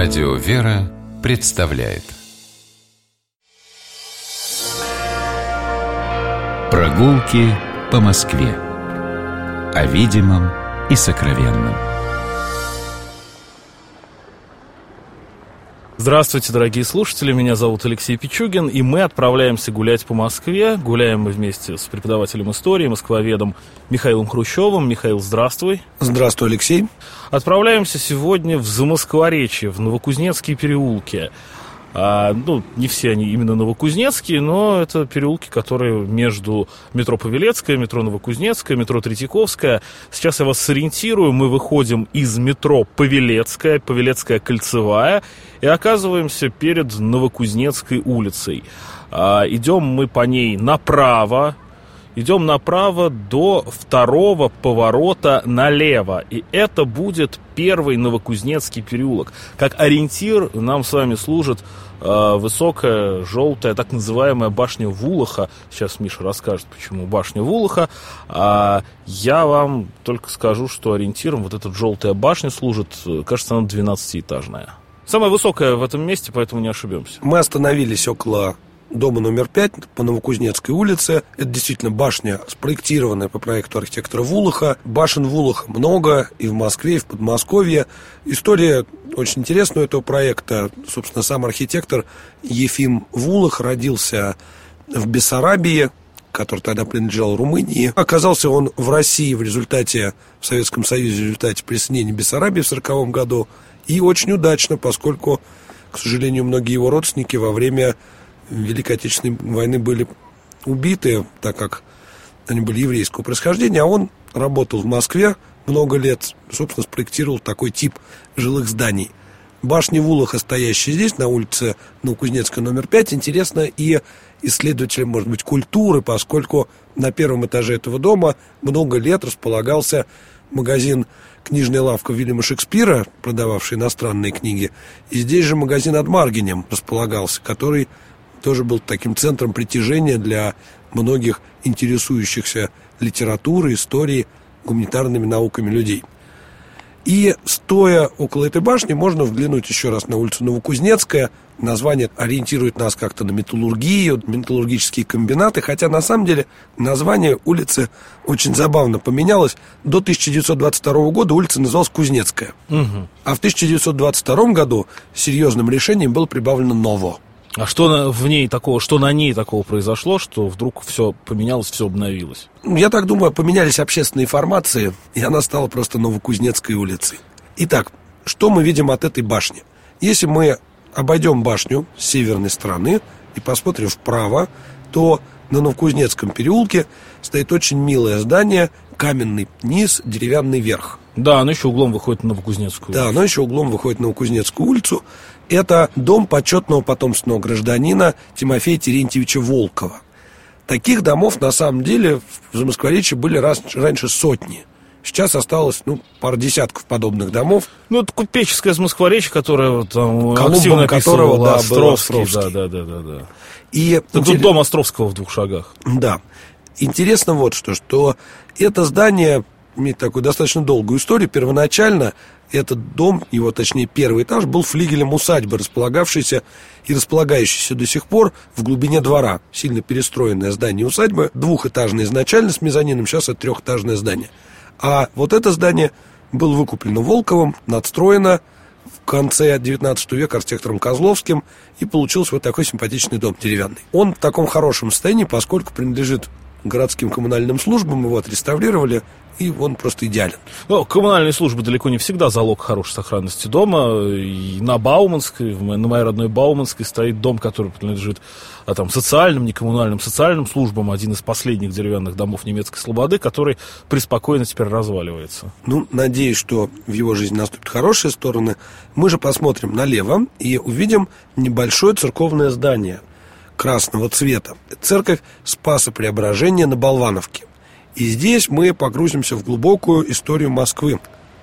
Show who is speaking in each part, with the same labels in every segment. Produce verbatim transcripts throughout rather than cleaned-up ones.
Speaker 1: Радио «Вера» представляет Прогулки по Москве. О видимом и сокровенном.
Speaker 2: Здравствуйте, дорогие слушатели, меня зовут Алексей Пичугин, и мы отправляемся гулять по Москве. Гуляем мы вместе с преподавателем истории, москвоведом Михаилом Хрущевым. Михаил, здравствуй.
Speaker 3: Здравствуй, Алексей.
Speaker 2: Отправляемся сегодня в Замоскворечье, в Новокузнецкие переулки. А, ну, не все они именно новокузнецкие, но это переулки, которые между метро Павелецкое, метро Новокузнецкое, метро Третьяковское. Сейчас я вас сориентирую. Мы выходим из метро Павелецкая, Павелецкая кольцевая, и оказываемся перед Новокузнецкой улицей. А, идем мы по ней направо. Идем направо до второго поворота налево. И это будет первый Новокузнецкий переулок. Как ориентир нам с вами служит э, высокая, желтая, так называемая башня Вулаха. Сейчас Миша расскажет, почему башня Вулаха. А я вам только скажу, что ориентиром вот эта желтая башня служит, кажется, она двенадцатиэтажная. Самая высокая в этом месте, поэтому не ошибемся.
Speaker 3: Мы остановились около дома номер пять по Новокузнецкой улице. Это действительно башня, спроектированная по проекту архитектора Вулаха. Башен Вулаха много и в Москве, и в Подмосковье. История очень интересная у этого проекта. Собственно, сам архитектор Ефим Вулах родился в Бессарабии, который тогда принадлежал Румынии. Оказался он в России в результате, в Советском Союзе, в результате присоединения Бессарабии в сороковом году. И очень удачно, поскольку, к сожалению, многие его родственники во время Великой Отечественной войны были убиты, так как они были еврейского происхождения, а он работал в Москве много лет, собственно, спроектировал такой тип жилых зданий. Башня Вулаха, стоящая здесь, на улице Новокузнецкая, номер пять, интересна и исследователям, может быть, культуры, поскольку на первом этаже этого дома много лет располагался магазин «Книжная лавка» Вильяма Шекспира, продававший иностранные книги, и здесь же магазин «Ад Маргинем» располагался, который тоже был таким центром притяжения для многих интересующихся литературой, историей, гуманитарными науками людей. И, стоя около этой башни, можно взглянуть еще раз на улицу Новокузнецкая. Название ориентирует нас как-то на металлургию, металлургические комбинаты, хотя на самом деле название улицы очень забавно поменялось. До тысяча девятьсот двадцать второго года улица называлась Кузнецкая. Угу. А в тысяча девятьсот двадцать втором году серьезным решением было прибавлено «Ново».
Speaker 2: А что в ней такого, что на ней такого произошло, что вдруг все поменялось, все обновилось?
Speaker 3: Я так думаю, поменялись общественные формации, и она стала просто Новокузнецкой улицей. Итак, что мы видим от этой башни? Если мы обойдем башню с северной стороны и посмотрим вправо, то на Новокузнецком переулке стоит очень милое здание, каменный низ, деревянный верх.
Speaker 2: Да, оно еще углом выходит на Новокузнецкую улицу.
Speaker 3: Да, оно еще углом выходит на Новокузнецкую улицу. Это дом почетного потомственного гражданина Тимофея Терентьевича Волкова. Таких домов, на самом деле, в Замоскворечье были раньше сотни. Сейчас осталось, ну, пара десятков подобных домов.
Speaker 2: Ну, это купеческое Замоскворечье, которое там
Speaker 3: Колумбом которого, да,
Speaker 2: Островский.
Speaker 3: Островский.
Speaker 2: Да, да, да, да, да.
Speaker 3: И
Speaker 2: тут интерес... дом Островского в двух шагах.
Speaker 3: Да. Интересно вот что, что это здание имеет такую достаточно долгую историю. Первоначально этот дом, его, точнее, первый этаж, был флигелем усадьбы, располагавшийся и располагающийся до сих пор в глубине двора. Сильно перестроенное здание усадьбы, двухэтажное изначально с мезонином, сейчас это трехэтажное здание. А вот это здание было выкуплено Волковым, надстроено в конце девятнадцатого века архитектором Козловским, и получился вот такой симпатичный дом деревянный. Он в таком хорошем состоянии, поскольку принадлежит городским коммунальным службам, его отреставрировали, и он просто идеален.
Speaker 2: Но коммунальные службы далеко не всегда залог хорошей сохранности дома. И на Бауманской, на моей родной Бауманской, стоит дом, который принадлежит а, там, социальным, не коммунальным, социальным службам. Один из последних деревянных домов немецкой слободы, который преспокойно теперь разваливается.
Speaker 3: Ну, надеюсь, что в его жизни наступят хорошие стороны. Мы же посмотрим налево и увидим небольшое церковное здание красного цвета. Церковь Спаса Преображения на Болвановке. И здесь мы погрузимся в глубокую историю Москвы.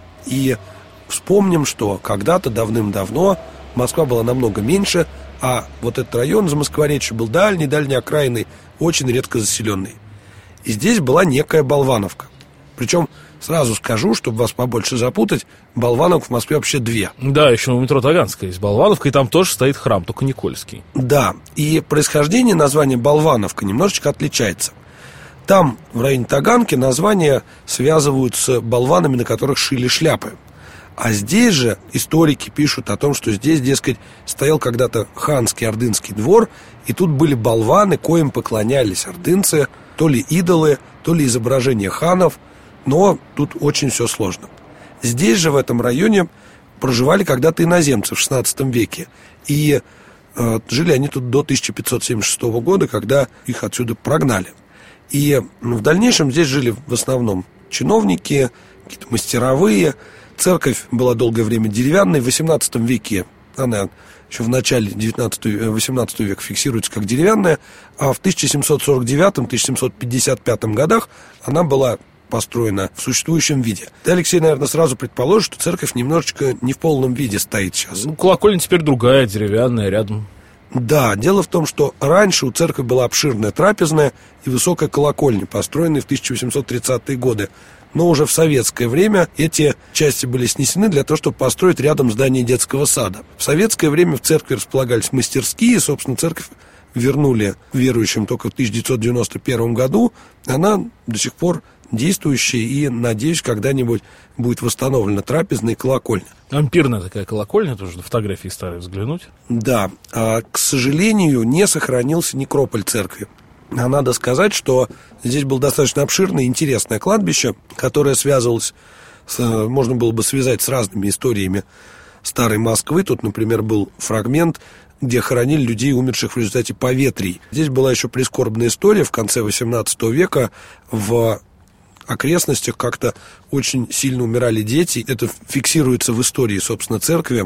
Speaker 3: И вспомним, что когда-то давным-давно Москва была намного меньше, а вот этот район Замоскворечья был дальний-дальний окраинный, очень редко заселенный. И здесь была некая Болвановка. Причем Сразу скажу, чтобы вас побольше запутать, болванок в Москве вообще две.
Speaker 2: Да, еще у метро Таганская есть Болвановка, и там тоже стоит храм, только Никольский.
Speaker 3: Да, и происхождение названия Болвановка немножечко отличается. Там, в районе Таганки, названия связывают с болванами, на которых шили шляпы. А здесь же историки пишут о том, что здесь, дескать, стоял когда-то ханский ордынский двор, и тут были болваны, коим поклонялись ордынцы, то ли идолы, то ли изображения ханов, но тут очень все сложно. Здесь же, в этом районе, проживали когда-то иноземцы в шестнадцатом веке, и э, жили они тут до тысяча пятьсот семьдесят шестого года, когда их отсюда прогнали. И в дальнейшем здесь жили в основном чиновники, какие-то мастеровые. Церковь была долгое время деревянной. В восемнадцатом веке она еще в начале девятнадцатого-восемнадцатого века фиксируется как деревянная, а в тысяча семьсот сорок девятом — тысяча семьсот пятьдесят пятом годах она была построена в существующем виде. Ты, Алексей, наверное, сразу предположишь, что церковь немножечко не в полном виде стоит сейчас.
Speaker 2: Ну, колокольня теперь другая, деревянная, рядом.
Speaker 3: Да, дело в том, что раньше у церкви была обширная трапезная и высокая колокольня, построенная в тысяча восемьсот тридцатые годы. Но уже в советское время эти части были снесены для того, чтобы построить рядом здание детского сада. В советское время в церкви располагались мастерские, и, собственно, церковь вернули верующим только в тысяча девятьсот девяносто первом году. Она до сих пор действующая, и, надеюсь, когда-нибудь будет восстановлена трапезная и колокольня.
Speaker 2: Ампирная такая колокольня, тоже на фотографии старые взглянуть.
Speaker 3: Да, а, к сожалению, не сохранился некрополь церкви. А надо сказать, что здесь было достаточно обширное и интересное кладбище, которое связывалось, с, можно было бы связать с разными историями старой Москвы. Тут, например, был фрагмент, где хоронили людей, умерших в результате поветрий. Здесь была еще прискорбная история. В конце восемнадцатого века в окрестностях как-то очень сильно умирали дети. Это фиксируется в истории, собственно, церкви,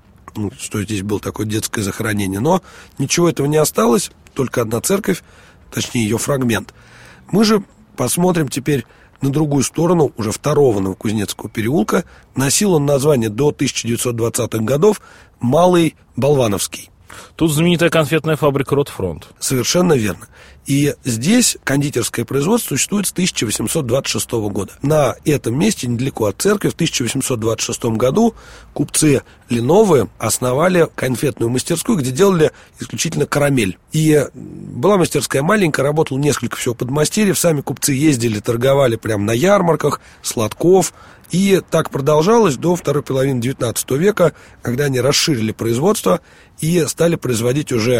Speaker 3: что здесь было такое детское захоронение. Но ничего этого не осталось, только одна церковь, точнее ее фрагмент. Мы же посмотрим теперь на другую сторону, уже второго Новокузнецкого переулка. Носил он название до тысяча девятьсот двадцатых годов Малый Болвановский.
Speaker 2: Тут знаменитая конфетная фабрика «Ротфронт».
Speaker 3: Совершенно верно. И здесь кондитерское производство существует с тысяча восемьсот двадцать шестого года. На этом месте, недалеко от церкви, в тысяча восемьсот двадцать шестом году купцы Леновы основали конфетную мастерскую, где делали исключительно карамель. И была мастерская маленькая, работало несколько всего подмастерьев. Сами купцы ездили, торговали прямо на ярмарках, сладков. И так продолжалось до второй половины девятнадцатого века, когда они расширили производство и стали производить уже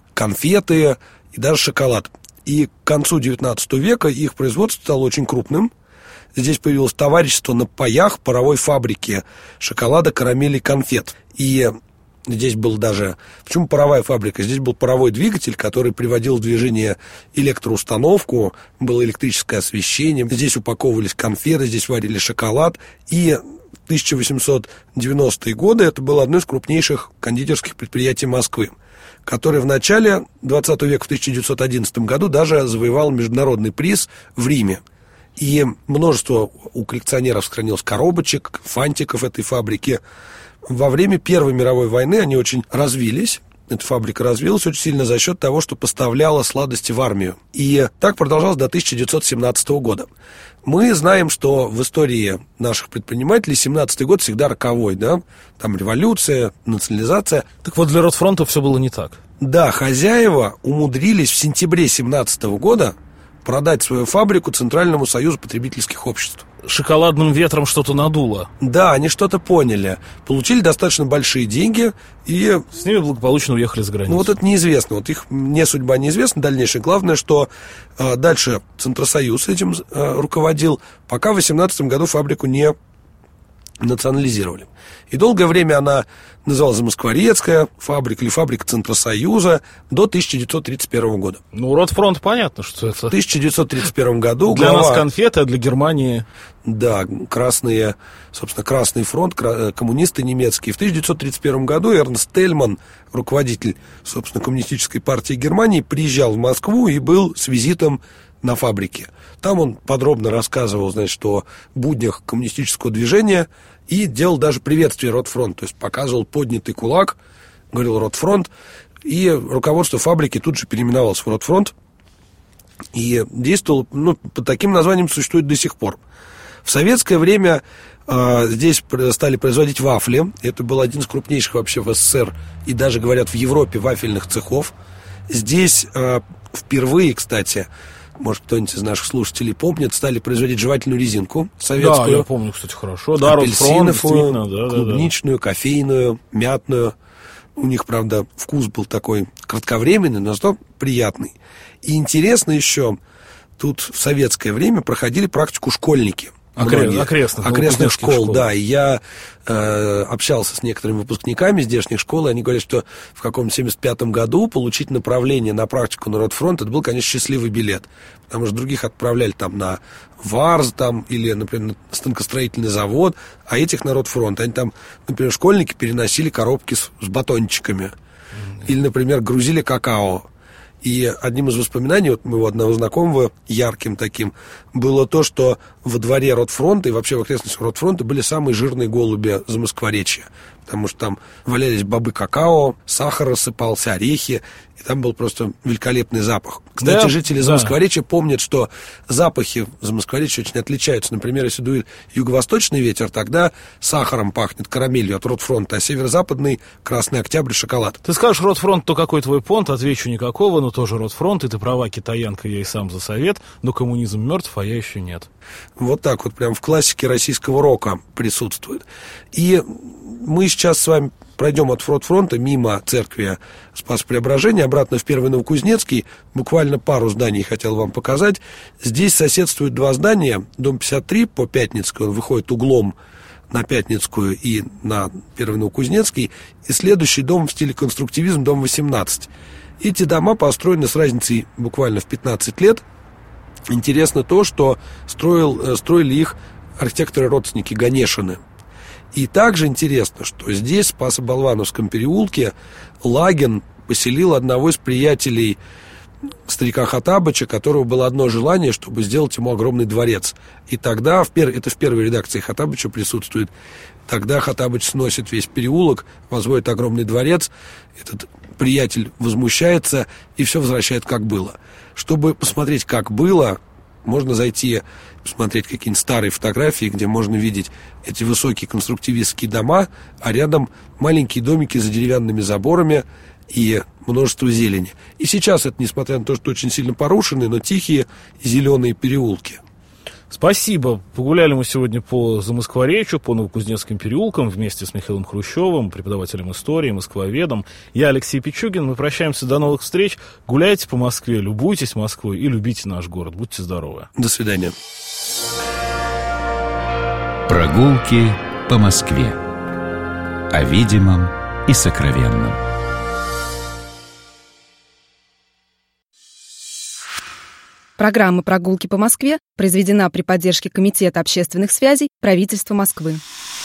Speaker 3: конфеты и даже шоколад. И к концу девятнадцатого века их производство стало очень крупным. Здесь появилось товарищество на паях паровой фабрики шоколада, карамели, конфет. И здесь был даже... Почему паровая фабрика? Здесь был паровой двигатель, который приводил в движение электроустановку, было электрическое освещение. Здесь упаковывались конфеты, здесь варили шоколад. И в тысяча восемьсот девяностые годы это было одно из крупнейших кондитерских предприятий Москвы, который в начале двадцатого века, в тысяча девятьсот одиннадцатом году, даже завоевал международный приз в Риме. И множество у коллекционеров сохранилось коробочек, фантиков этой фабрики. Во время Первой мировой войны они очень развились. Эта фабрика развилась очень сильно за счет того, что поставляла сладости в армию. И так продолжалось до тысяча девятьсот семнадцатого года. Мы знаем, что в истории наших предпринимателей семнадцатый год всегда роковой, да? Там революция, национализация.
Speaker 2: Так вот, для Ротфронта все было не так.
Speaker 3: Да, хозяева умудрились в сентябре семнадцатого года продать свою фабрику Центральному союзу потребительских обществ.
Speaker 2: Шоколадным ветром что-то надуло.
Speaker 3: Да, они что-то поняли. Получили достаточно большие деньги и...
Speaker 2: С ними благополучно уехали за границу.
Speaker 3: Ну, вот это неизвестно. Вот их не судьба неизвестна дальнейшая. Главное, что э, дальше Центросоюз этим э, руководил, пока в восемнадцатом году фабрику не национализировали. И долгое время она называлась Замоскворецкая фабрика или фабрика Центросоюза до тысяча девятьсот тридцать первого года.
Speaker 2: Ну, Ротфронт, понятно, что это...
Speaker 3: В тысяча девятьсот тридцать первом году...
Speaker 2: Для
Speaker 3: глава...
Speaker 2: нас конфеты, а для Германии...
Speaker 3: Да, красные, собственно, Красный фронт, коммунисты немецкие. В тысяча девятьсот тридцать первом году Эрнст Тельман, руководитель, собственно, коммунистической партии Германии, приезжал в Москву и был с визитом на фабрике. Там он подробно рассказывал, значит, о буднях коммунистического движения и делал даже приветствие Ротфронт, то есть показывал поднятый кулак, говорил Ротфронт, и руководство фабрики тут же переименовалось в Ротфронт и действовал, ну, под таким названием существует до сих пор. В советское время э, здесь стали производить вафли. Это был один из крупнейших вообще в СССР и даже, говорят, в Европе вафельных цехов. Здесь э, впервые, кстати, может, кто-нибудь из наших слушателей помнит, стали производить жевательную резинку советскую.
Speaker 2: Да, я помню, кстати, хорошо. Да,
Speaker 3: апельсиновую,
Speaker 2: да, да,
Speaker 3: клубничную,
Speaker 2: да.
Speaker 3: кофейную, мятную. У них, правда, вкус был такой кратковременный, но зато приятный. И интересно еще, тут в советское время проходили практику школьники.
Speaker 2: Окрестных, окрестных,
Speaker 3: окрестных школ,
Speaker 2: школ.
Speaker 3: Да, и я э, общался с некоторыми выпускниками здешних школ, и они говорят, что в каком-то семьдесят пятом году получить направление на практику на Ротфронт, это был, конечно, счастливый билет, потому что других отправляли там на ВАРЗ там, или, например, на станкостроительный завод, а этих на Ротфронт. Они там, например, школьники переносили коробки с, с батончиками, mm-hmm. или, например, грузили какао. И одним из воспоминаний вот моего одного знакомого, ярким таким, было то, что во дворе Ротфронта и вообще в окрестностях Ротфронта были самые жирные голуби Замоскворечья. Потому что там валялись бобы какао, сахар рассыпался, орехи, и там был просто великолепный запах. Кстати, да, жители Замоскворечья да. помнят, что запахи в Замоскворечье очень отличаются. Например, если дует юго-восточный ветер, тогда сахаром пахнет, карамелью от Ротфронта, а северо-западный — Красный Октябрь, шоколад.
Speaker 2: Ты скажешь, Ротфронт, то какой твой понт? Отвечу, никакого, но тоже Ротфронт, и ты права, китаянка, я и сам за совет, но коммунизм мертв, а я еще нет.
Speaker 3: Вот так вот, прям в классике российского рока присутствует. И мы сейчас с вами пройдем от Ротфронта мимо церкви Спаса-Преображения обратно в Первый Новокузнецкий. Буквально пару зданий хотел вам показать. Здесь соседствуют два здания. Дом пятьдесят три по Пятницкой, он выходит углом на Пятницкую и на Первый Новокузнецкий. И следующий дом в стиле конструктивизм, дом восемнадцать. Эти дома построены с разницей буквально в пятнадцать лет. Интересно то, что строил, строили их архитекторы-родственники Ганешины. И также интересно, что здесь, в Спасо-Болвановском переулке, Лагин поселил одного из приятелей старика Хоттабыча, которого было одно желание, чтобы сделать ему огромный дворец. И тогда, в пер... это в первой редакции Хоттабыча присутствует, тогда Хоттабыч сносит весь переулок, возводит огромный дворец, этот приятель возмущается и все возвращает как было. Чтобы посмотреть, как было, можно зайти, посмотреть какие-нибудь старые фотографии, где можно видеть эти высокие конструктивистские дома, а рядом маленькие домики за деревянными заборами и множество зелени. И сейчас это, несмотря на то, что очень сильно порушенные, но тихие зеленые переулки.
Speaker 2: Спасибо. Погуляли мы сегодня по Замоскворечью, по Новокузнецким переулкам вместе с Михаилом Хрущевым, преподавателем истории, москвоведом. Я Алексей Пичугин. Мы прощаемся. До новых встреч. Гуляйте по Москве, любуйтесь Москвой и любите наш город. Будьте здоровы.
Speaker 3: До свидания.
Speaker 1: Прогулки по Москве. О видимом и сокровенном.
Speaker 4: Программа «Прогулки по Москве» произведена при поддержке Комитета общественных связей правительства Москвы.